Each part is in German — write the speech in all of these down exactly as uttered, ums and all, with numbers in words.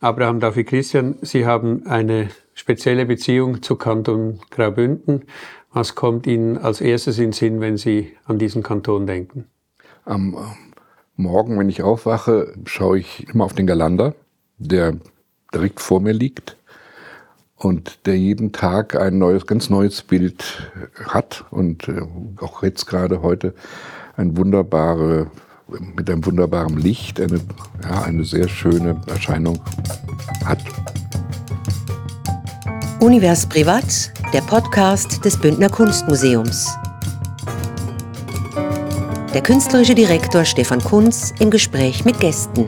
Abraham David Christian, Sie haben eine spezielle Beziehung zu Kanton Graubünden. Was kommt Ihnen als erstes in den Sinn, wenn Sie an diesen Kanton denken? Am Morgen, wenn ich aufwache, schaue ich immer auf den Galander, der direkt vor mir liegt und der jeden Tag ein neues, ganz neues Bild hat und auch jetzt gerade heute ein wunderbare, mit einem wunderbaren Licht eine, ja, eine sehr schöne Erscheinung hat. Univers Privat, der Podcast des Bündner Kunstmuseums. Der künstlerische Direktor Stefan Kunz im Gespräch mit Gästen.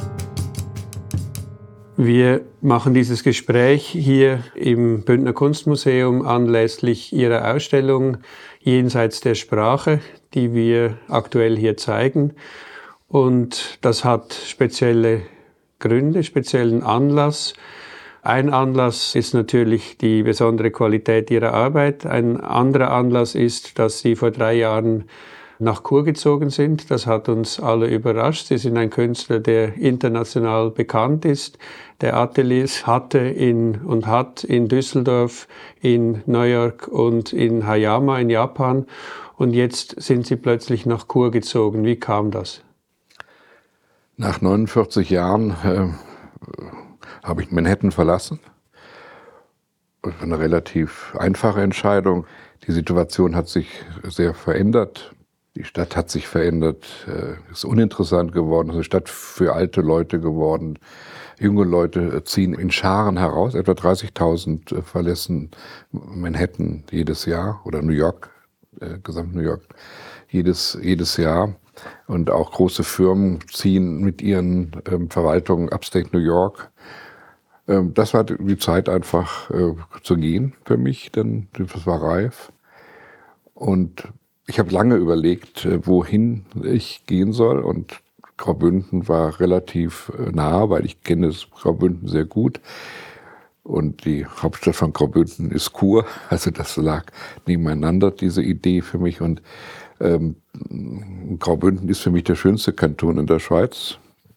Wir machen dieses Gespräch hier im Bündner Kunstmuseum anlässlich Ihrer Ausstellung Jenseits der Sprache, die wir aktuell hier zeigen. Und das hat spezielle Gründe, speziellen Anlass. Ein Anlass ist natürlich die besondere Qualität Ihrer Arbeit. Ein anderer Anlass ist, dass Sie vor drei Jahren nach Chur gezogen sind. Das hat uns alle überrascht. Sie sind ein Künstler, der international bekannt ist, der Ateliers hatte in und hat in Düsseldorf, in New York und in Hayama in Japan. Und jetzt sind Sie plötzlich nach Chur gezogen. Wie kam das? Nach neunundvierzig Jahren äh, habe ich Manhattan verlassen. Das war eine relativ einfache Entscheidung. Die Situation hat sich sehr verändert. Die Stadt hat sich verändert, ist uninteressant geworden, ist eine Stadt für alte Leute geworden. Junge Leute ziehen in Scharen heraus, etwa dreißigtausend verlassen Manhattan jedes Jahr oder New York, äh, gesamt New York, jedes, jedes Jahr. Und auch große Firmen ziehen mit ihren ähm, Verwaltungen upstate New York. Ähm, das war die Zeit einfach äh, zu gehen für mich, denn das war reif. Und ich habe lange überlegt, wohin ich gehen soll, und Graubünden war relativ nah, weil ich kenne Graubünden sehr gut. Und die Hauptstadt von Graubünden ist Chur, also das lag nebeneinander, diese Idee für mich. Und ähm, Graubünden ist für mich der schönste Kanton in der Schweiz.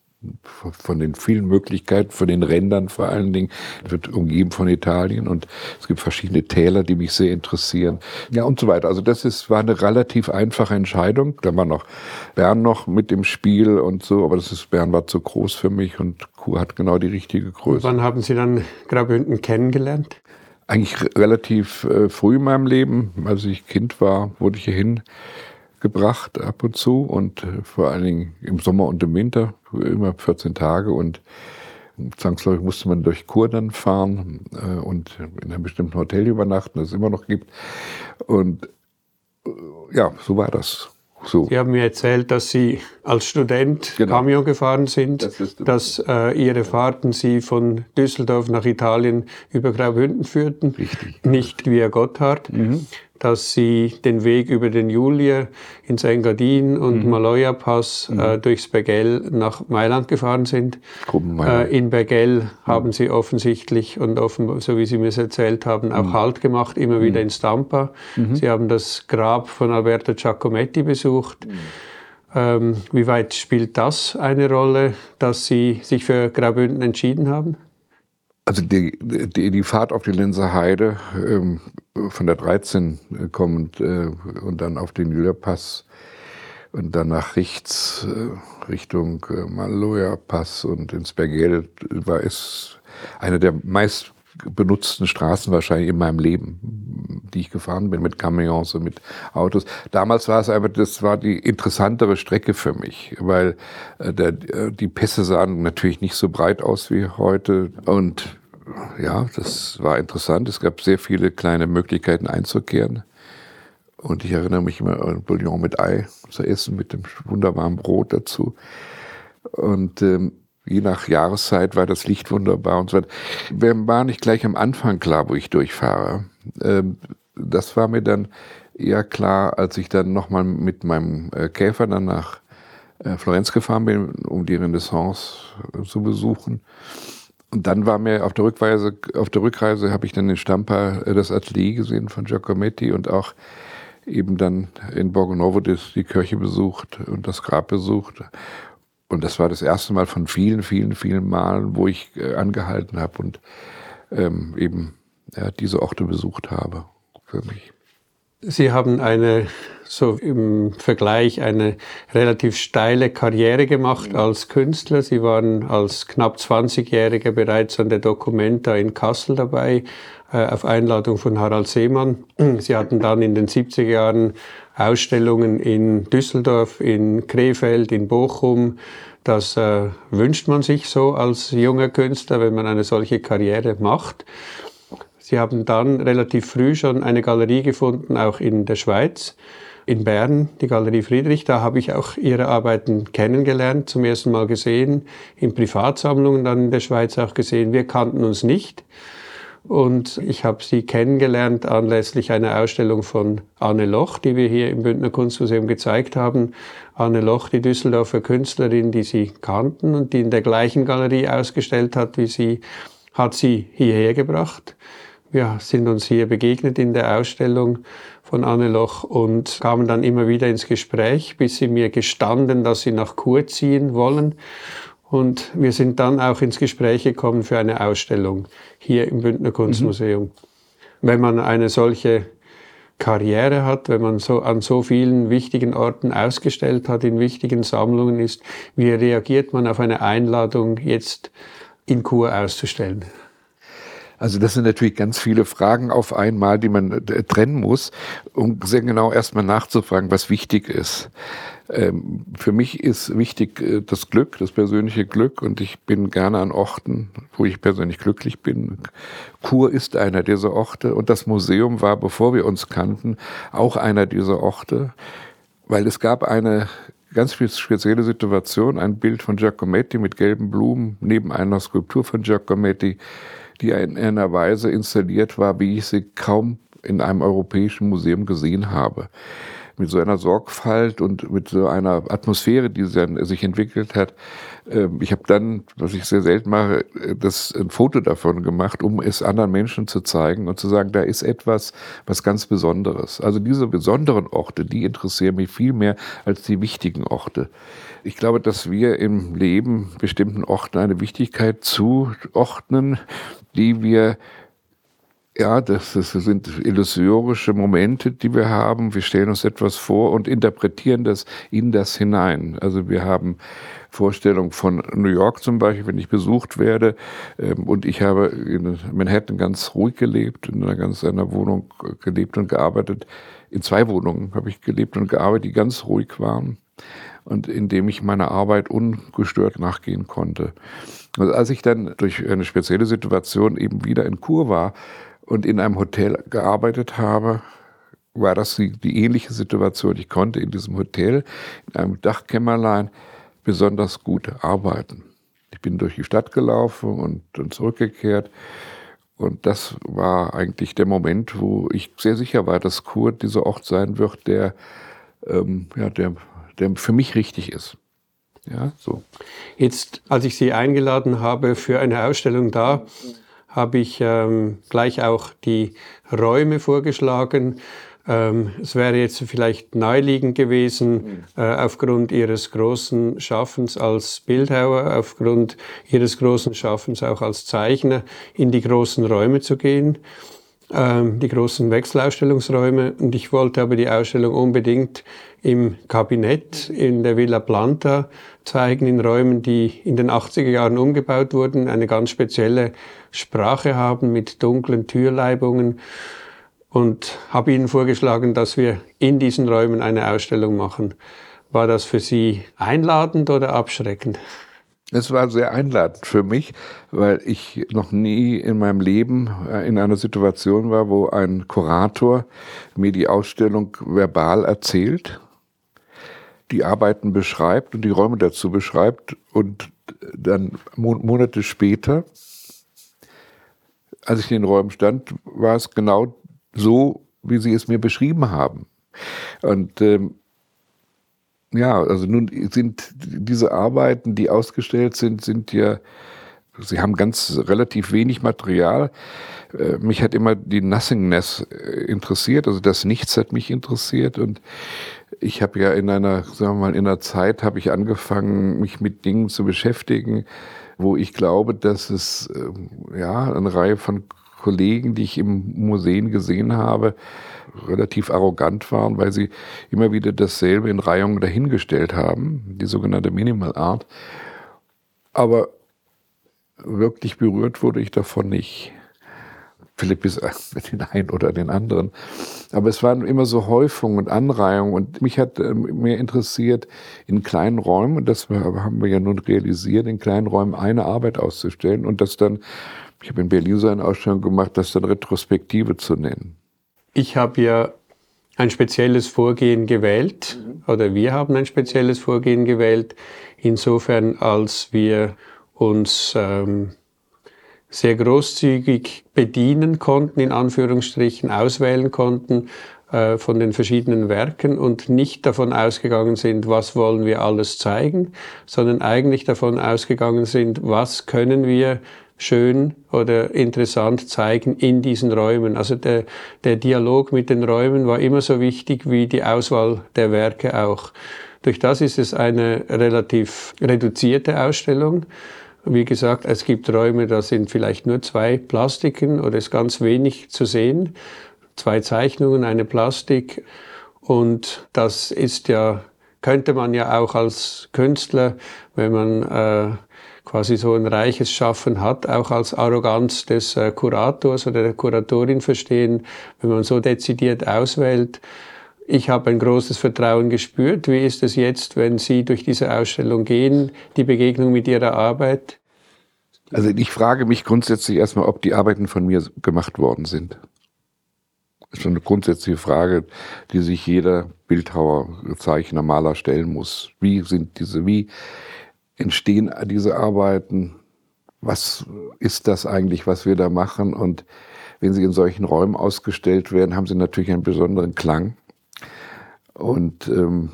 Von den vielen Möglichkeiten, von den Rändern vor allen Dingen, wird umgeben von Italien und es gibt verschiedene Täler, die mich sehr interessieren. Ja, und so weiter. Also das ist, war eine relativ einfache Entscheidung. Da war noch Bern noch mit im Spiel und so, aber das ist, Bern war zu groß für mich und Chur hat genau die richtige Größe. Und wann haben Sie dann Graubünden kennengelernt? Eigentlich relativ äh, früh in meinem Leben. Als ich Kind war, wurde ich hierhin gebracht ab und zu und äh, vor allen Dingen im Sommer und im Winter, immer vierzehn Tage, und zwangsläufig musste man durch Chur dann fahren äh, und in einem bestimmten Hotel übernachten, das es immer noch gibt. Und äh, ja, so war das. So. Sie haben mir erzählt, dass Sie als Student Genau. Cameo gefahren sind, Das ist- dass äh, Ihre Fahrten Sie von Düsseldorf nach Italien über Graubünden führten, Richtig. nicht via Gotthard, Mhm. dass Sie den Weg über den Julier ins Engadin und Mhm. Maloja-Pass Mhm. äh, durchs Bergell nach Mailand gefahren sind. Gruppenmeier. Äh, in Bergell haben Sie offensichtlich und offen, so wie Sie mir es erzählt haben, auch Halt gemacht, immer wieder in Stampa. Sie haben das Grab von Alberto Giacometti besucht. Ähm, wie weit spielt das eine Rolle, dass Sie sich für Graubünden entschieden haben? Also die, die, die Fahrt auf die Linzer Heide, ähm, von der dreizehn kommend äh, und dann auf den Julierpass und dann nach rechts äh, Richtung äh, Maloja-Pass und ins Bergell, war es eine der meist benutzten Straßen wahrscheinlich in meinem Leben, die ich gefahren bin, mit Camions und mit Autos. Damals war es einfach, das war die interessantere Strecke für mich, weil äh, der, die Pässe sahen natürlich nicht so breit aus wie heute, und ja, das war interessant. Es gab sehr viele kleine Möglichkeiten einzukehren. Und ich erinnere mich immer an Bouillon mit Ei zu essen, mit dem wunderbaren Brot dazu. Und ähm, je nach Jahreszeit war das Licht wunderbar und so weiter. Mir war nicht gleich am Anfang klar, wo ich durchfahre. Ähm, das war mir dann eher klar, als ich dann nochmal mit meinem äh, Käfer dann nach äh, Florenz gefahren bin, um die Renaissance äh, zu besuchen. Und dann war mir auf der Rückreise, auf der Rückreise habe ich dann in Stampa äh, das Atelier gesehen von Giacometti und auch eben dann in Borgo Novo die, die Kirche besucht und das Grab besucht. Und das war das erste Mal von vielen, vielen, vielen Malen, wo ich äh, angehalten habe und ähm, eben ja, diese Orte besucht habe für mich. Sie haben eine, so im Vergleich, eine relativ steile Karriere gemacht als Künstler. Sie waren als knapp zwanzigjähriger bereits an der Documenta in Kassel dabei, äh, auf Einladung von Harald Seemann. Sie hatten dann in den siebziger Jahren Ausstellungen in Düsseldorf, in Krefeld, in Bochum. Das äh, wünscht man sich so als junger Künstler, wenn man eine solche Karriere macht. Sie haben dann relativ früh schon eine Galerie gefunden, auch in der Schweiz, in Bern, die Galerie Friedrich. Da habe ich auch Ihre Arbeiten kennengelernt, zum ersten Mal gesehen, in Privatsammlungen, dann in der Schweiz auch gesehen. Wir kannten uns nicht. Und ich habe Sie kennengelernt anlässlich einer Ausstellung von Anne Loch, die wir hier im Bündner Kunstmuseum gezeigt haben. Anne Loch, die Düsseldorfer Künstlerin, die Sie kannten und die in der gleichen Galerie ausgestellt hat wie Sie, hat sie hierher gebracht. Wir sind uns hier begegnet in der Ausstellung von Anne Loch und kamen dann immer wieder ins Gespräch, bis sie mir gestanden, dass sie nach Chur ziehen wollen. Und wir sind dann auch ins Gespräch gekommen für eine Ausstellung hier im Bündner Kunstmuseum. Mhm. Wenn man eine solche Karriere hat, wenn man so an so vielen wichtigen Orten ausgestellt hat, in wichtigen Sammlungen ist, wie reagiert man auf eine Einladung, jetzt in Chur auszustellen? Also das sind natürlich ganz viele Fragen auf einmal, die man trennen muss, um sehr genau erstmal nachzufragen, was wichtig ist. Ähm, für mich ist wichtig äh, das Glück, das persönliche Glück, und ich bin gerne an Orten, wo ich persönlich glücklich bin. Chur ist einer dieser Orte und das Museum war, bevor wir uns kannten, auch einer dieser Orte, weil es gab eine ganz spezielle Situation, ein Bild von Giacometti mit gelben Blumen neben einer Skulptur von Giacometti, die in einer Weise installiert war, wie ich sie kaum in einem europäischen Museum gesehen habe. Mit so einer Sorgfalt und mit so einer Atmosphäre, die sich entwickelt hat. Ich habe dann, was ich sehr selten mache, das ein Foto davon gemacht, um es anderen Menschen zu zeigen und zu sagen, da ist etwas, was ganz Besonderes. Also diese besonderen Orte, die interessieren mich viel mehr als die wichtigen Orte. Ich glaube, dass wir im Leben bestimmten Orten eine Wichtigkeit zuordnen, die wir, ja, das, das sind illusorische Momente, die wir haben. Wir stellen uns etwas vor und interpretieren das in das hinein. Also wir haben Vorstellungen von New York zum Beispiel, wenn ich besucht werde. Und ich habe in Manhattan ganz ruhig gelebt, in einer ganz einer Wohnung gelebt und gearbeitet. In zwei Wohnungen habe ich gelebt und gearbeitet, die ganz ruhig waren und in dem ich meiner Arbeit ungestört nachgehen konnte. Also als ich dann durch eine spezielle Situation eben wieder in Chur war und in einem Hotel gearbeitet habe, war das die, die ähnliche Situation. Ich konnte in diesem Hotel, in einem Dachkämmerlein, besonders gut arbeiten. Ich bin durch die Stadt gelaufen und dann zurückgekehrt. Und das war eigentlich der Moment, wo ich sehr sicher war, dass Chur dieser Ort sein wird, der, ähm, ja, der, der für mich richtig ist. Ja, so. Jetzt, als ich Sie eingeladen habe für eine Ausstellung da, habe ich ähm, gleich auch die Räume vorgeschlagen. Ähm, es wäre jetzt vielleicht naheliegend gewesen, äh, aufgrund Ihres großen Schaffens als Bildhauer, aufgrund Ihres großen Schaffens auch als Zeichner, in die großen Räume zu gehen, ähm, die großen Wechselausstellungsräume. Und ich wollte aber die Ausstellung unbedingt im Kabinett in der Villa Planta zeigen, in Räumen, die in den achtziger Jahren umgebaut wurden, eine ganz spezielle Sprache haben mit dunklen Türleibungen, und habe Ihnen vorgeschlagen, dass wir in diesen Räumen eine Ausstellung machen. War das für Sie einladend oder abschreckend? Es war sehr einladend für mich, weil ich noch nie in meinem Leben in einer Situation war, wo ein Kurator mir die Ausstellung verbal erzählt, die Arbeiten beschreibt und die Räume dazu beschreibt, und dann Monate später, als ich in den Räumen stand, war es genau so, wie Sie es mir beschrieben haben. Und ähm, ja, also nun sind diese Arbeiten, die ausgestellt sind, sind ja, sie haben ganz relativ wenig Material. Äh, mich hat immer die Nothingness interessiert, also das Nichts hat mich interessiert, und Ich habe ja in einer, sagen wir mal, in einer Zeit habe ich angefangen, mich mit Dingen zu beschäftigen, wo ich glaube, dass es äh, ja eine Reihe von Kollegen, die ich im Museen gesehen habe, relativ arrogant waren, weil sie immer wieder dasselbe in Reihungen dahingestellt haben, die sogenannte Minimal Art. Aber wirklich berührt wurde ich davon nicht. Vielleicht bis den einen oder den anderen. Aber es waren immer so Häufungen und Anreihungen. Und mich hat äh, mehr interessiert, in kleinen Räumen, und das haben wir ja nun realisiert, in kleinen Räumen eine Arbeit auszustellen und das dann, ich habe in Berlin so eine Ausstellung gemacht, das dann Retrospektive zu nennen. Ich habe ja ein spezielles Vorgehen gewählt, oder wir haben ein spezielles Vorgehen gewählt, insofern als wir uns ähm, sehr großzügig bedienen konnten, in Anführungsstrichen auswählen konnten äh, von den verschiedenen Werken und nicht davon ausgegangen sind, was wollen wir alles zeigen, sondern eigentlich davon ausgegangen sind, was können wir schön oder interessant zeigen in diesen Räumen. Also der, der Dialog mit den Räumen war immer so wichtig wie die Auswahl der Werke auch. Durch das ist es eine relativ reduzierte Ausstellung. Wie gesagt, es gibt Räume, da sind vielleicht nur zwei Plastiken oder ist ganz wenig zu sehen. Zwei Zeichnungen, eine Plastik. Und das ist ja, könnte man ja auch als Künstler, wenn man äh, quasi so ein reiches Schaffen hat, auch als Arroganz des äh, Kurators oder der Kuratorin verstehen, wenn man so dezidiert auswählt. Ich habe ein großes Vertrauen gespürt. Wie ist es jetzt, wenn Sie durch diese Ausstellung gehen, die Begegnung mit Ihrer Arbeit? Also ich frage mich grundsätzlich erstmal, ob die Arbeiten von mir gemacht worden sind. Das ist schon eine grundsätzliche Frage, die sich jeder Bildhauer, Zeichner, Maler stellen muss. Wie sind diese, wie entstehen diese Arbeiten? Was ist das eigentlich, was wir da machen? Und wenn sie in solchen Räumen ausgestellt werden, haben sie natürlich einen besonderen Klang. Und ähm,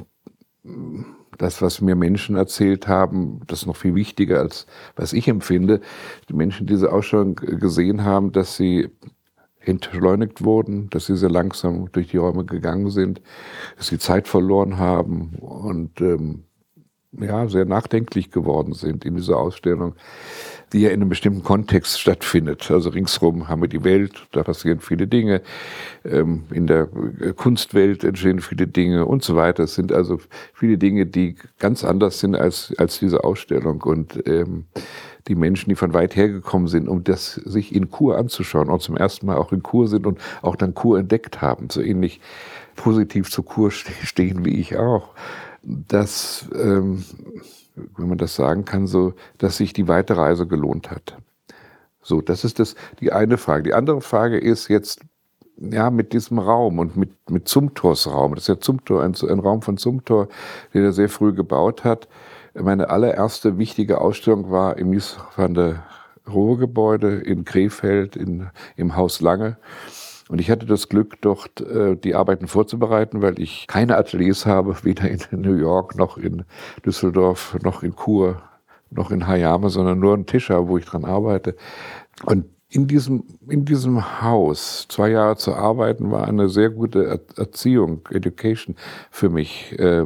das, was mir Menschen erzählt haben, das ist noch viel wichtiger, als was ich empfinde. Die Menschen, die diese Ausstellung gesehen haben, dass sie entschleunigt wurden, dass sie sehr langsam durch die Räume gegangen sind, dass sie Zeit verloren haben und ähm, ja, sehr nachdenklich geworden sind in dieser Ausstellung, die ja in einem bestimmten Kontext stattfindet. Also ringsherum haben wir die Welt, da passieren viele Dinge, ähm, in der Kunstwelt entstehen viele Dinge und so weiter. Es sind also viele Dinge, die ganz anders sind als, als diese Ausstellung. Und ähm, die Menschen, die von weit hergekommen sind, um das sich in Chur anzuschauen und zum ersten Mal auch in Chur sind und auch dann Chur entdeckt haben, so ähnlich positiv zu Chur stehen wie ich auch, dass, ähm, wenn man das sagen kann, so, dass sich die weite Reise gelohnt hat. So, das ist das, die eine Frage. Die andere Frage ist jetzt, ja, mit diesem Raum und mit, mit Zumthors Raum. Das ist ja Zumthor, ein, ein Raum von Zumthor, den er sehr früh gebaut hat. Meine allererste wichtige Ausstellung war im Mies van der Rohe Gebäude in Krefeld, in, im Haus Lange. Und ich hatte das Glück, dort äh, die Arbeiten vorzubereiten, weil ich keine Ateliers habe, weder in New York noch in Düsseldorf noch in Chur noch in Hayama, sondern nur einen Tisch habe, wo ich dran arbeite. Und in diesem, in diesem Haus zwei Jahre zu arbeiten, war eine sehr gute Erziehung, Education für mich, äh,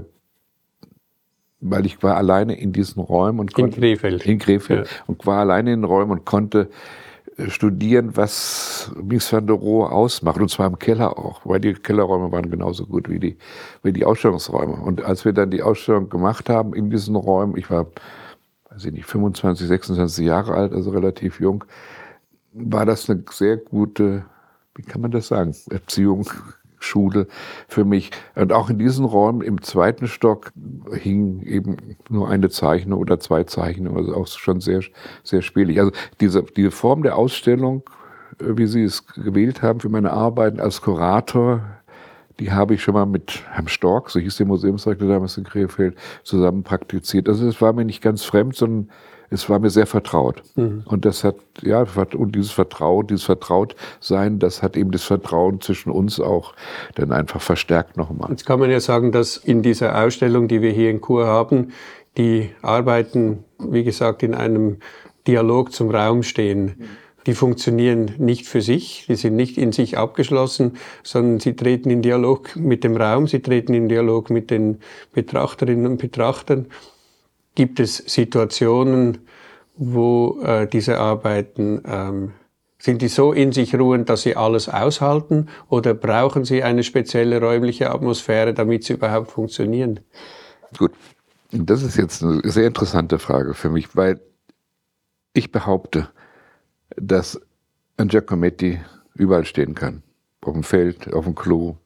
weil ich war alleine in diesen Räumen und konnte, in Krefeld, in Krefeld ja. und war alleine in den Räumen und konnte studieren, was Mies van der Rohe ausmacht, und zwar im Keller auch, weil die Kellerräume waren genauso gut wie die, wie die Ausstellungsräume. Und als wir dann die Ausstellung gemacht haben in diesen Räumen, ich war, weiß ich nicht, fünfundzwanzig, sechsundzwanzig Jahre alt, also relativ jung, war das eine sehr gute, wie kann man das sagen, Erziehung, Schule für mich. Und auch in diesen Räumen im zweiten Stock hing eben nur eine Zeichnung oder zwei Zeichnungen, also auch schon sehr, sehr spärlich. Also diese, diese Form der Ausstellung, wie Sie es gewählt haben für meine Arbeiten als Kurator, die habe ich schon mal mit Herrn Stork, so hieß der Museumsdirektor damals in Krefeld, zusammen praktiziert. Also es war mir nicht ganz fremd, sondern es war mir sehr vertraut. Mhm. Und das hat, ja, und dieses Vertrauen, dieses Vertrautsein, das hat eben das Vertrauen zwischen uns auch dann einfach verstärkt nochmal. Jetzt kann man ja sagen, dass in dieser Ausstellung, die wir hier in Chur haben, die Arbeiten, wie gesagt, in einem Dialog zum Raum stehen. Die funktionieren nicht für sich, die sind nicht in sich abgeschlossen, sondern sie treten in Dialog mit dem Raum, sie treten in Dialog mit den Betrachterinnen und Betrachtern. Gibt es Situationen, wo äh, diese Arbeiten, ähm, sind die so in sich ruhend, dass sie alles aushalten, oder brauchen sie eine spezielle räumliche Atmosphäre, damit sie überhaupt funktionieren? Gut, das ist jetzt eine sehr interessante Frage für mich, weil ich behaupte, dass ein Giacometti überall stehen kann. Auf dem Feld, auf dem Klo,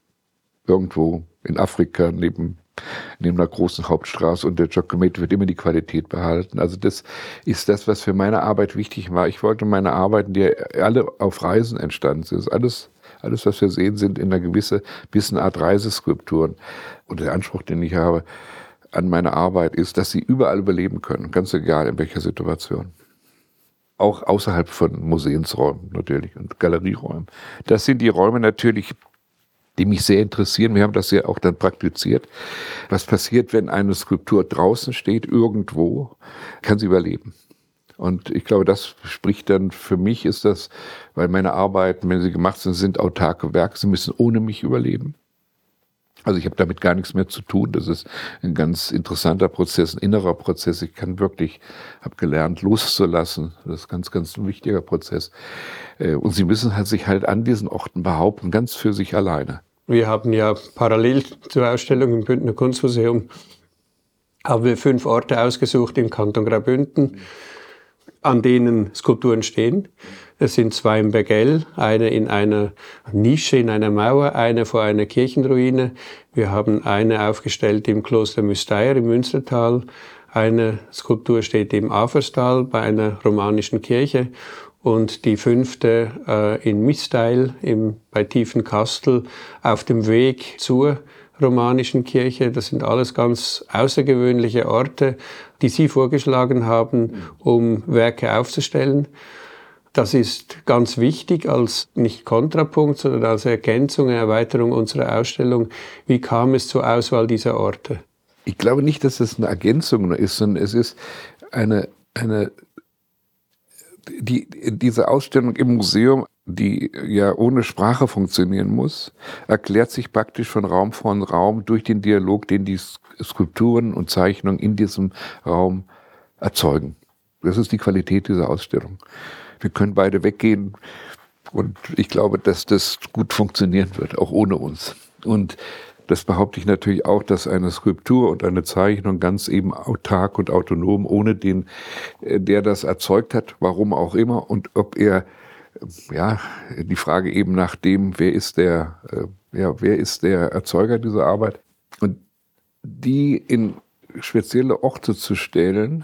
irgendwo in Afrika, neben, neben einer großen Hauptstraße, und der Giacometti wird immer die Qualität behalten. Also das ist das, was für meine Arbeit wichtig war. Ich wollte meine Arbeiten, die alle auf Reisen entstanden sind, alles, alles, was wir sehen, sind in einer gewissen, gewissen Art Reiseskulpturen. Und der Anspruch, den ich habe an meine Arbeit, ist, dass sie überall überleben können, ganz egal in welcher Situation. Auch außerhalb von Museumsräumen natürlich und Galerieräumen. Das sind die Räume natürlich, die mich sehr interessieren. Wir haben das ja auch dann praktiziert. Was passiert, wenn eine Skulptur draußen steht, irgendwo, kann sie überleben. Und ich glaube, das spricht dann, für mich ist das, weil meine Arbeiten, wenn sie gemacht sind, sind autarke Werke, sie müssen ohne mich überleben. Also ich habe damit gar nichts mehr zu tun. Das ist ein ganz interessanter Prozess, ein innerer Prozess. Ich kann wirklich, habe gelernt, loszulassen. Das ist ein ganz, ganz ein wichtiger Prozess. Und sie müssen halt sich halt an diesen Orten behaupten, ganz für sich alleine. Wir haben ja parallel zur Ausstellung im Bündner Kunstmuseum haben wir fünf Orte ausgesucht im Kanton Graubünden, an denen Skulpturen stehen. Es sind zwei im Bergell, eine in einer Nische, in einer Mauer, eine vor einer Kirchenruine. Wir haben eine aufgestellt im Kloster Müsteier im Münstertal. Eine Skulptur steht im Aferstal bei einer romanischen Kirche. Und die fünfte äh, in Misteil im, bei Tiefenkastel auf dem Weg zur romanischen Kirche. Das sind alles ganz außergewöhnliche Orte, die Sie vorgeschlagen haben, um Werke aufzustellen. Das ist ganz wichtig als nicht Kontrapunkt, sondern als Ergänzung, Erweiterung unserer Ausstellung. Wie kam es zur Auswahl dieser Orte? Ich glaube nicht, dass es eine Ergänzung ist, sondern es ist eine, eine die, diese Ausstellung im Museum, die ja ohne Sprache funktionieren muss, erklärt sich praktisch von Raum von Raum durch den Dialog, den die Skulpturen und Zeichnungen in diesem Raum erzeugen. Das ist die Qualität dieser Ausstellung. Wir können beide weggehen und ich glaube, dass das gut funktionieren wird, auch ohne uns. Und das behaupte ich natürlich auch, dass eine Skulptur und eine Zeichnung ganz eben autark und autonom, ohne den, der das erzeugt hat, warum auch immer, und ob er, ja, die Frage eben nach dem, wer ist der, ja, wer ist der Erzeuger dieser Arbeit, und die in spezielle Orte zu stellen,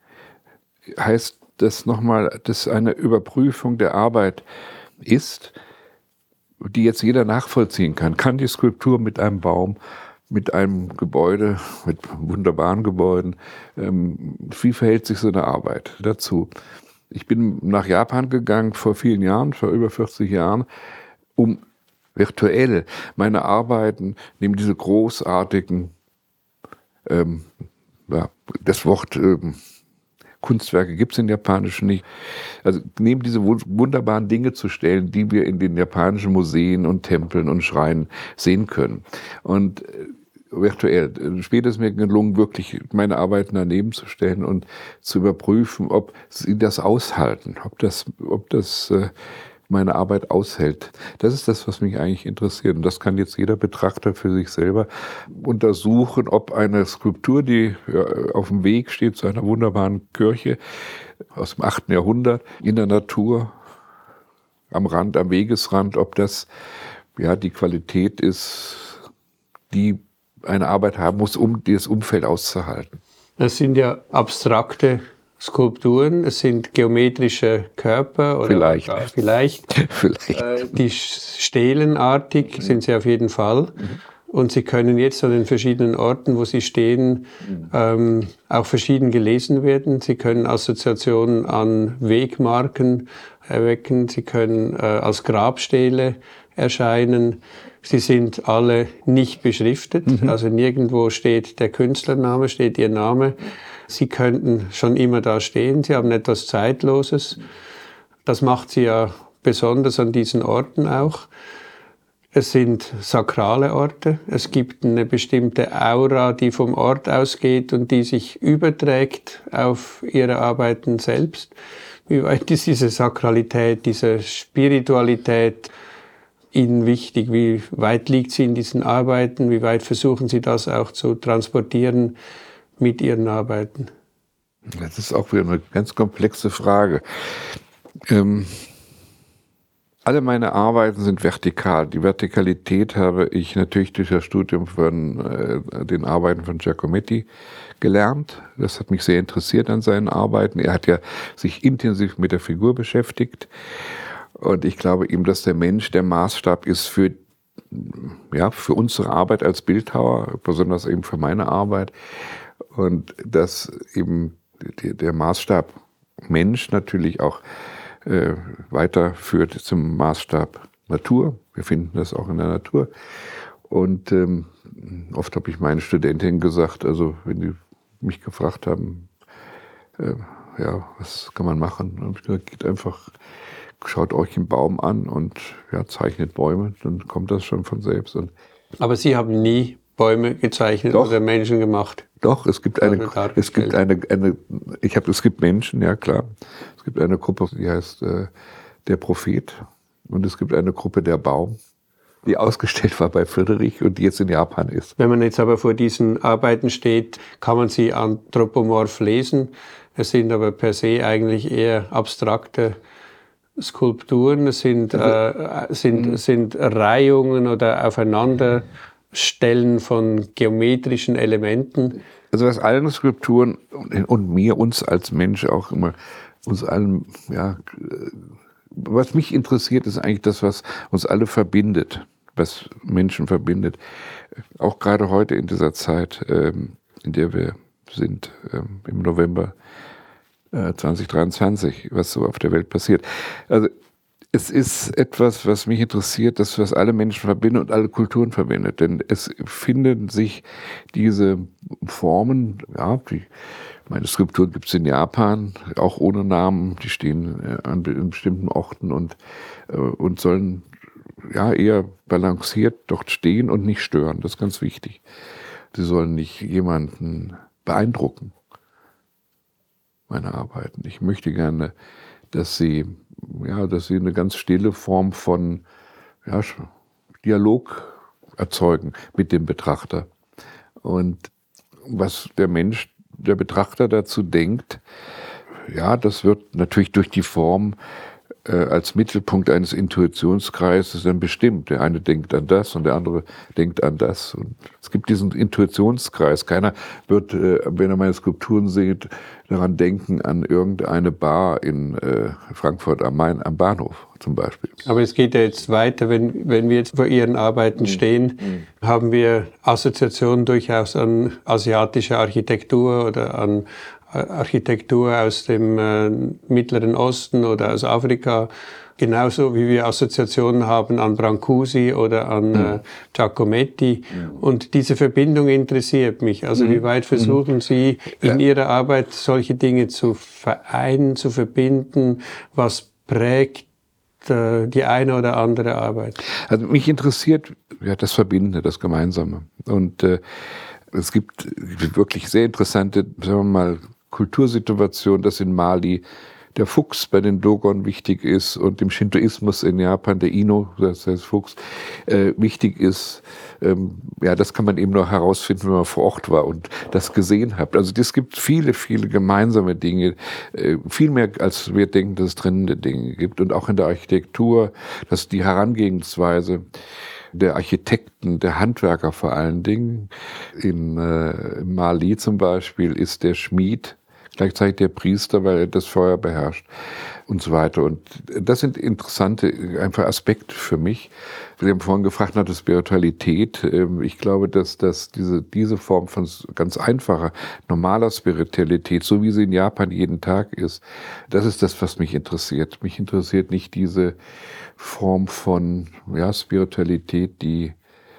heißt das nochmal, dass eine Überprüfung der Arbeit ist, die jetzt jeder nachvollziehen kann. Kann die Skulptur mit einem Baum, mit einem Gebäude, mit wunderbaren Gebäuden, ähm, wie verhält sich so eine Arbeit dazu? Ich bin nach Japan gegangen vor vielen Jahren, vor über vierzig Jahren, um virtuell meine Arbeiten neben diese großartigen, ähm, ja, das Wort ähm, Kunstwerke gibt es in Japanischen nicht. Also neben diese wunderbaren Dinge zu stellen, die wir in den japanischen Museen und Tempeln und Schreinen sehen können. Und virtuell, später ist mir gelungen, wirklich meine Arbeiten daneben zu stellen und zu überprüfen, ob sie das aushalten, ob das, ob das äh, meine Arbeit aushält. Das ist das, was mich eigentlich interessiert. Und das kann jetzt jeder Betrachter für sich selber untersuchen, ob eine Skulptur, die auf dem Weg steht zu einer wunderbaren Kirche aus dem achten Jahrhundert in der Natur, am Rand, am Wegesrand, ob das ja die Qualität ist, die eine Arbeit haben muss, um das Umfeld auszuhalten. Das sind ja abstrakte Skulpturen, es sind geometrische Körper oder vielleicht, vielleicht, vielleicht. Äh, die stelenartig mhm. sind sie auf jeden Fall. Mhm. Und sie können jetzt an den verschiedenen Orten, wo sie stehen, mhm. ähm, auch verschieden gelesen werden. Sie können Assoziationen an Wegmarken erwecken, sie können äh, als Grabstele erscheinen. Sie sind alle nicht beschriftet, mhm. also nirgendwo steht der Künstlername, steht ihr Name. Sie könnten schon immer da stehen, sie haben etwas Zeitloses. Das macht sie ja besonders an diesen Orten auch. Es sind sakrale Orte. Es gibt eine bestimmte Aura, die vom Ort ausgeht und die sich überträgt auf ihre Arbeiten selbst. Wie weit ist diese Sakralität, diese Spiritualität Ihnen wichtig? Wie weit liegt sie in diesen Arbeiten? Wie weit versuchen Sie das auch zu transportieren mit Ihren Arbeiten? Das ist auch wieder eine ganz komplexe Frage. Ähm, alle meine Arbeiten sind vertikal. Die Vertikalität habe ich natürlich durch das Studium von äh, den Arbeiten von Giacometti gelernt. Das hat mich sehr interessiert an seinen Arbeiten. Er hat ja sich intensiv mit der Figur beschäftigt. Und ich glaube eben, dass der Mensch der Maßstab ist für, ja, für unsere Arbeit als Bildhauer, besonders eben für meine Arbeit. Und dass eben der Maßstab Mensch natürlich auch äh, weiterführt zum Maßstab Natur. Wir finden das auch in der Natur. Und ähm, oft habe ich meinen Studentinnen gesagt, also wenn die mich gefragt haben, äh, ja, was kann man machen? Dann habe ich gesagt, geht einfach, schaut euch einen Baum an und ja, zeichnet Bäume, dann kommt das schon von selbst. Und aber Sie haben nie Bäume gezeichnet Doch. oder Menschen gemacht? Doch, es gibt eine, es gibt eine, eine ich habe, es gibt Menschen, ja klar. Es gibt eine Gruppe, die heißt äh, der Prophet, und es gibt eine Gruppe der Baum, die ausgestellt war bei Friedrich und die jetzt in Japan ist. Wenn man jetzt aber vor diesen Arbeiten steht, kann man sie anthropomorph lesen. Es sind aber per se eigentlich eher abstrakte Skulpturen. Es sind, äh, sind, sind Reihungen oder Aufeinanderstellen von geometrischen Elementen. Also was allen Skulpturen und mir, uns als Mensch auch immer, uns allen, ja, was mich interessiert, ist eigentlich das, was uns alle verbindet, was Menschen verbindet. Auch gerade heute in dieser Zeit, in der wir sind, im November zwanzig dreiundzwanzig, was so auf der Welt passiert. Also es ist etwas, was mich interessiert, das was alle Menschen verbindet und alle Kulturen verbindet. Denn es finden sich diese Formen, ja, die, meine Skulpturen gibt es in Japan, auch ohne Namen, die stehen an bestimmten Orten und, und sollen ja eher balanciert dort stehen und nicht stören. Das ist ganz wichtig. Sie sollen nicht jemanden beeindrucken, meine Arbeiten. Ich möchte gerne, dass sie, ja, dass sie eine ganz stille Form von ja, Dialog erzeugen mit dem Betrachter. Und was der Mensch, der Betrachter dazu denkt, ja, das wird natürlich durch die Form äh, als Mittelpunkt eines Intuitionskreises dann bestimmt. Der eine denkt an das und der andere denkt an das. Und es gibt diesen Intuitionskreis. Keiner wird, äh, wenn er meine Skulpturen sieht, daran denken an irgendeine Bar in äh, Frankfurt am Main am Bahnhof zum Beispiel. Aber es geht ja jetzt weiter. Wenn, wenn wir jetzt vor Ihren Arbeiten stehen, mhm. haben wir Assoziationen durchaus an asiatische Architektur oder an Architektur aus dem äh, Mittleren Osten oder aus Afrika, genauso wie wir Assoziationen haben an Brancusi oder an mhm. äh, Giacometti. Mhm. Und diese Verbindung interessiert mich. Also mhm. wie weit versuchen Sie in ja. Ihrer Arbeit solche Dinge zu vereinen, zu verbinden? Was prägt äh, die eine oder andere Arbeit? Also mich interessiert ja, das Verbindende, das Gemeinsame. Und äh, es gibt wirklich sehr interessante, sagen wir mal, Kultursituation, dass in Mali der Fuchs bei den Dogon wichtig ist und im Shintoismus in Japan der Ino, das heißt Fuchs, äh, wichtig ist. Ähm, ja, das kann man eben nur herausfinden, wenn man vor Ort war und das gesehen hat. Also es gibt viele, viele gemeinsame Dinge, äh, viel mehr als wir denken, dass es trennende Dinge gibt. Und auch in der Architektur, dass die Herangehensweise der Architekten, der Handwerker vor allen Dingen. In äh, Mali zum Beispiel ist der Schmied gleichzeitig der Priester, weil er das Feuer beherrscht und so weiter. Und das sind interessante einfach Aspekte für mich. Sie haben vorhin gefragt nach der Spiritualität. Ich glaube, dass, dass diese, diese Form von ganz einfacher, normaler Spiritualität, so wie sie in Japan jeden Tag ist, das ist das, was mich interessiert. Mich interessiert nicht diese Form von ja, Spiritualität, die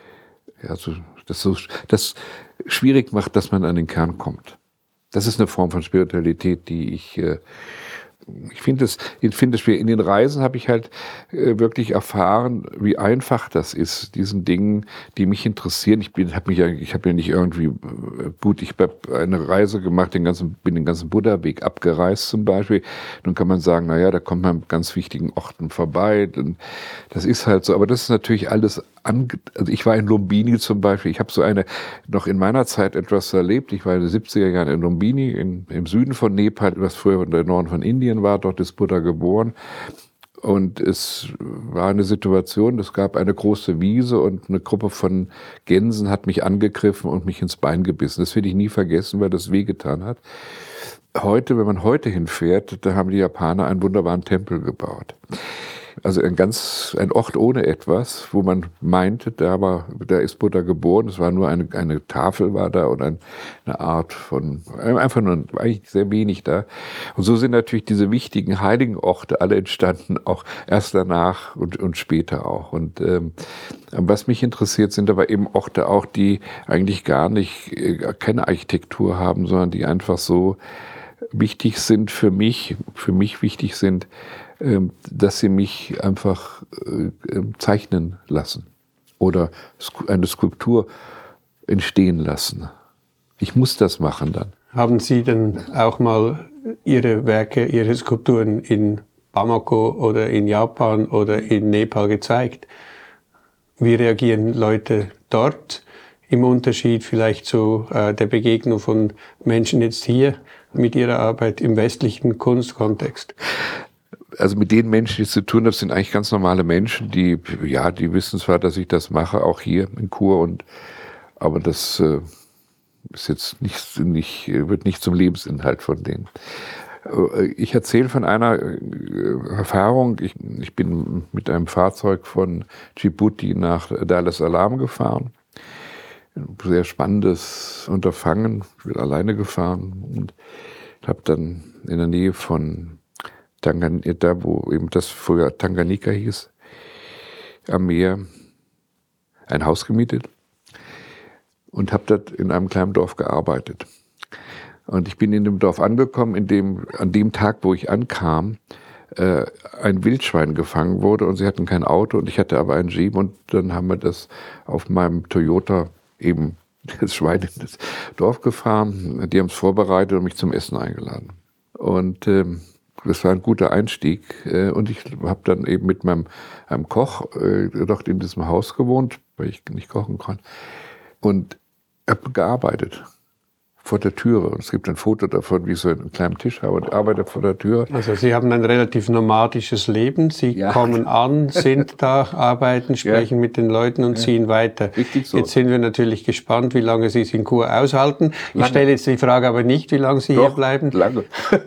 ja, so, das, so, das schwierig macht, dass man an den Kern kommt. Das ist eine Form von Spiritualität, die ich äh, ich finde es, ich finde es schwer. In den Reisen habe ich halt äh, wirklich erfahren, wie einfach das ist, diesen Dingen, die mich interessieren. Ich bin, habe mich ja, ich habe ja nicht irgendwie, äh, gut, ich habe eine Reise gemacht, den ganzen, bin den ganzen Buddha-Weg abgereist zum Beispiel. Nun kann man sagen, na ja, da kommt man an ganz wichtigen Orten vorbei. Das ist halt so, aber das ist natürlich alles ange, also ich war in Lumbini zum Beispiel. Ich habe so eine, noch in meiner Zeit etwas erlebt. Ich war in den siebziger Jahren in Lumbini, in, im Süden von Nepal, was früher der Norden von Indien war. Dort ist Buddha geboren. Und es war eine Situation, es gab eine große Wiese und eine Gruppe von Gänsen hat mich angegriffen und mich ins Bein gebissen. Das werde ich nie vergessen, weil das wehgetan hat. Heute, wenn man heute hinfährt, da haben die Japaner einen wunderbaren Tempel gebaut. Also ein ganz, ein Ort ohne etwas, wo man meinte, da war, da ist Buddha geboren. Es war nur eine, eine Tafel war da und ein, eine Art von, einfach nur, eigentlich sehr wenig da. Und so sind natürlich diese wichtigen heiligen Orte alle entstanden, auch erst danach und, und später auch. Und ähm, was mich interessiert, sind aber eben Orte auch, die eigentlich gar nicht, keine Architektur haben, sondern die einfach so wichtig sind für mich, für mich wichtig sind, dass sie mich einfach zeichnen lassen oder eine Skulptur entstehen lassen. Ich muss das machen dann. Haben Sie denn auch mal Ihre Werke, Ihre Skulpturen in Bamako oder in Japan oder in Nepal gezeigt? Wie reagieren Leute dort im Unterschied vielleicht zu äh, der Begegnung von Menschen jetzt hier mit ihrer Arbeit im westlichen Kunstkontext? Also mit den Menschen, die ich zu tun habe, sind eigentlich ganz normale Menschen, die, ja, die wissen zwar, dass ich das mache, auch hier in Chur, und, aber das äh, ist jetzt nicht, nicht, wird nicht zum Lebensinhalt von denen. Ich erzähle von einer Erfahrung. Ich, ich bin mit einem Fahrzeug von Djibouti nach Dar es Salaam gefahren. Ein sehr spannendes Unterfangen. Ich bin alleine gefahren und habe dann in der Nähe von Tanganyika, da wo eben das früher Tanganyika hieß, am Meer, ein Haus gemietet und habe dort in einem kleinen Dorf gearbeitet. Und ich bin in dem Dorf angekommen, in dem an dem Tag, wo ich ankam, äh, ein Wildschwein gefangen wurde und sie hatten kein Auto und ich hatte aber einen Jeep und dann haben wir das auf meinem Toyota eben das Schwein in das Dorf gefahren. Die haben es vorbereitet und mich zum Essen eingeladen. Und ähm, das war ein guter Einstieg und ich habe dann eben mit meinem einem Koch äh, dort in diesem Haus gewohnt, weil ich nicht kochen konnte, und habe gearbeitet vor der Türe. Und es gibt ein Foto davon, wie ich so einen kleinen Tisch habe und arbeite vor der Tür. Also Sie haben ein relativ nomadisches Leben. Sie ja. kommen an, sind da, arbeiten, sprechen ja. mit den Leuten und ja. ziehen weiter. So. Jetzt sind wir natürlich gespannt, wie lange Sie es in Chur aushalten. Lange. Ich stelle jetzt die Frage aber nicht, wie lange Sie Doch, hier bleiben. Lange.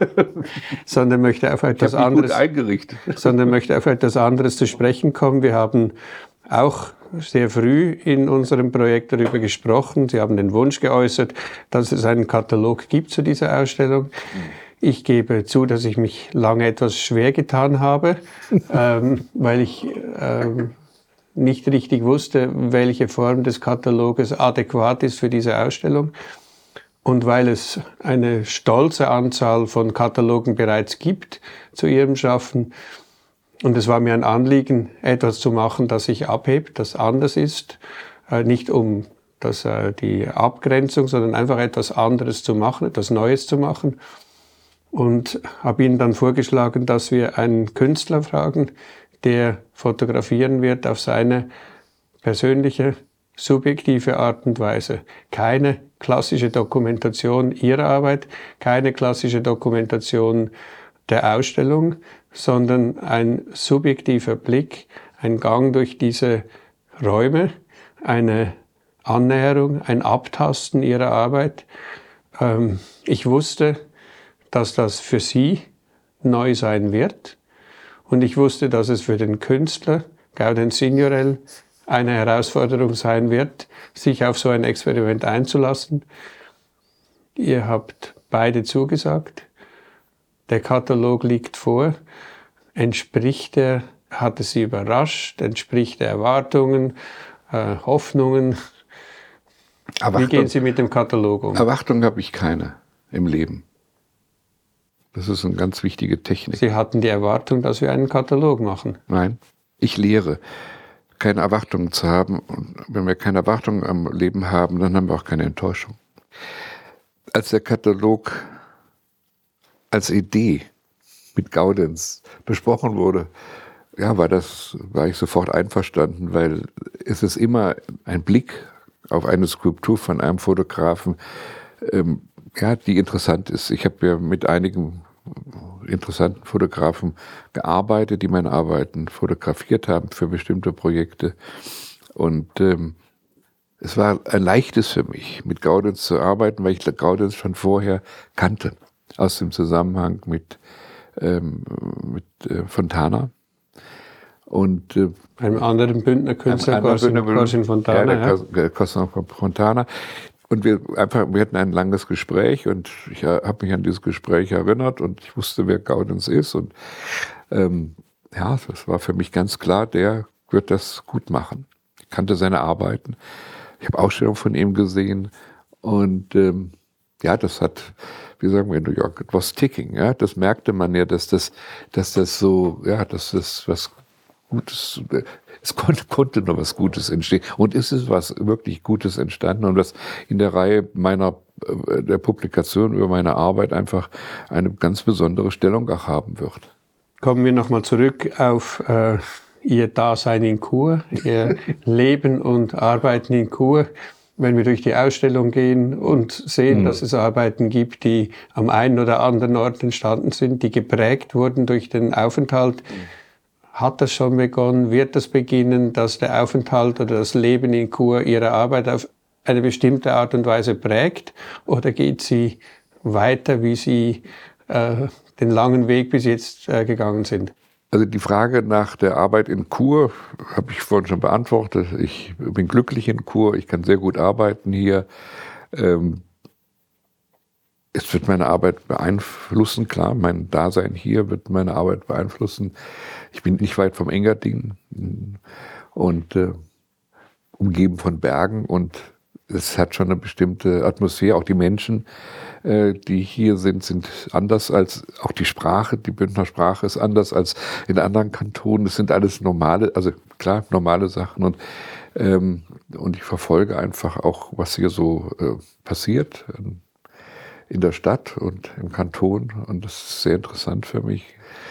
sondern möchte auf etwas anderes, gut eingerichtet. sondern möchte auf etwas anderes zu sprechen kommen. Wir haben auch sehr früh in unserem Projekt darüber gesprochen. Sie haben den Wunsch geäußert, dass es einen Katalog gibt zu dieser Ausstellung. Ich gebe zu, dass ich mich lange etwas schwer getan habe, ähm, weil ich ähm, nicht richtig wusste, welche Form des Kataloges adäquat ist für diese Ausstellung. Und weil es eine stolze Anzahl von Katalogen bereits gibt zu Ihrem Schaffen, und es war mir ein Anliegen, etwas zu machen, das sich abhebt, das anders ist, äh, nicht um das, äh, die Abgrenzung, sondern einfach etwas anderes zu machen, etwas Neues zu machen. Und habe Ihnen dann vorgeschlagen, dass wir einen Künstler fragen, der fotografieren wird auf seine persönliche, subjektive Art und Weise. Keine klassische Dokumentation Ihrer Arbeit, keine klassische Dokumentation der Ausstellung, sondern ein subjektiver Blick, ein Gang durch diese Räume, eine Annäherung, ein Abtasten Ihrer Arbeit. Ähm, ich wusste, dass das für Sie neu sein wird und ich wusste, dass es für den Künstler Gaudenz Signorel eine Herausforderung sein wird, sich auf so ein Experiment einzulassen. Ihr habt beide zugesagt. Der Katalog liegt vor. Entspricht er, hat es Sie überrascht? Entspricht er Erwartungen, äh, Hoffnungen? Erwartung, Wie gehen Sie mit dem Katalog um? Erwartungen habe ich keine im Leben. Das ist eine ganz wichtige Technik. Sie hatten die Erwartung, dass wir einen Katalog machen? Nein, ich lehre, keine Erwartungen zu haben. Und wenn wir keine Erwartungen am Leben haben, dann haben wir auch keine Enttäuschung. Als der Katalog als Idee mit Gaudenz besprochen wurde, ja, war das, war ich sofort einverstanden, weil es ist immer ein Blick auf eine Skulptur von einem Fotografen, ähm, ja, die interessant ist. Ich habe ja mit einigen interessanten Fotografen gearbeitet, die meine Arbeiten fotografiert haben für bestimmte Projekte. Und ähm, es war ein leichtes für mich, mit Gaudenz zu arbeiten, weil ich Gaudenz schon vorher kannte, aus dem Zusammenhang mit, ähm, mit äh, Fontana. Und äh, einem anderen Bündner Künstler, Corsin Fontana. Ja, der Corsin Fontana. Und wir einfach, wir hatten ein langes Gespräch und ich habe mich an dieses Gespräch erinnert und ich wusste, wer Gaudenz ist. Und ähm, ja, das war für mich ganz klar, der wird das gut machen. Ich kannte seine Arbeiten. Ich habe Ausstellungen von ihm gesehen und ähm, ja, das hat, wie sagen wir in New York, it was ticking. Ja, das merkte man ja, dass das, dass das so, ja, dass das was Gutes, es konnte, konnte noch was Gutes entstehen. Und es ist was wirklich Gutes entstanden und was in der Reihe meiner, der Publikation über meine Arbeit einfach eine ganz besondere Stellung auch haben wird. Kommen wir nochmal zurück auf äh, Ihr Dasein in Chur, Ihr Leben und Arbeiten in Chur. Wenn wir durch die Ausstellung gehen und sehen, mhm. dass es Arbeiten gibt, die am einen oder anderen Ort entstanden sind, die geprägt wurden durch den Aufenthalt, mhm. Hat das schon begonnen? Wird das beginnen, dass der Aufenthalt oder das Leben in Chur Ihre Arbeit auf eine bestimmte Art und Weise prägt? Oder geht sie weiter, wie Sie äh, den langen Weg bis jetzt äh, gegangen sind? Also die Frage nach der Arbeit in Chur habe ich vorhin schon beantwortet. Ich bin glücklich in Chur, ich kann sehr gut arbeiten hier. Ähm, Es wird meine Arbeit beeinflussen, klar, mein Dasein hier wird meine Arbeit beeinflussen. Ich bin nicht weit vom Engadin und äh, umgeben von Bergen und es hat schon eine bestimmte Atmosphäre. Auch die Menschen, äh, die hier sind, sind anders als, auch die Sprache, die Bündner Sprache ist anders als in anderen Kantonen. Das sind alles normale, also klar, normale Sachen und ähm, und ich verfolge einfach auch, was hier so äh, passiert in der Stadt und im Kanton und das ist sehr interessant für mich.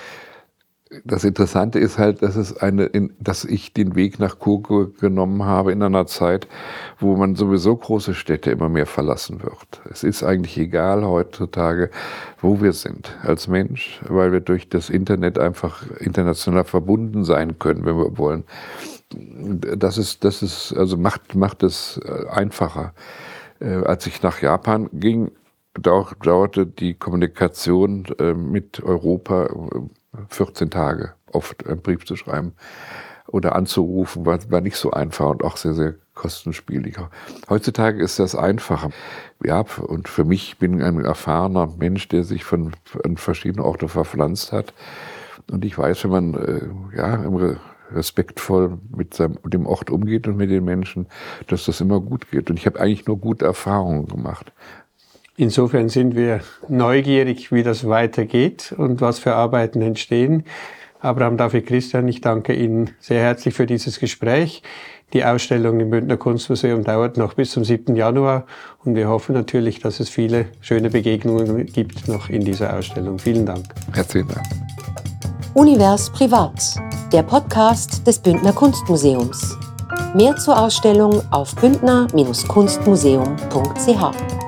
Das Interessante ist halt, dass, es eine, in, dass ich den Weg nach Chur genommen habe in einer Zeit, wo man sowieso große Städte immer mehr verlassen wird. Es ist eigentlich egal heutzutage, wo wir sind als Mensch, weil wir durch das Internet einfach international verbunden sein können, wenn wir wollen. Das ist, das ist, also macht, macht es einfacher. Als ich nach Japan ging, dauerte die Kommunikation mit Europa vierzehn Tage, oft einen Brief zu schreiben oder anzurufen, war, war nicht so einfach und auch sehr, sehr kostenspielig. Heutzutage ist das einfacher. Ja, und für mich, ich bin ein erfahrener Mensch, der sich von, an verschiedenen Orten verpflanzt hat. Und ich weiß, wenn man äh, ja, respektvoll mit, seinem, mit dem Ort umgeht und mit den Menschen, dass das immer gut geht. Und ich habe eigentlich nur gute Erfahrungen gemacht. Insofern sind wir neugierig, wie das weitergeht und was für Arbeiten entstehen. Abraham David Christian, ich danke Ihnen sehr herzlich für dieses Gespräch. Die Ausstellung im Bündner Kunstmuseum dauert noch bis zum siebten Januar und wir hoffen natürlich, dass es viele schöne Begegnungen gibt noch in dieser Ausstellung. Vielen Dank. Herzlichen Dank. Univers Privat, der Podcast des Bündner Kunstmuseums. Mehr zur Ausstellung auf bündner Bindestrich kunstmuseum punkt c h.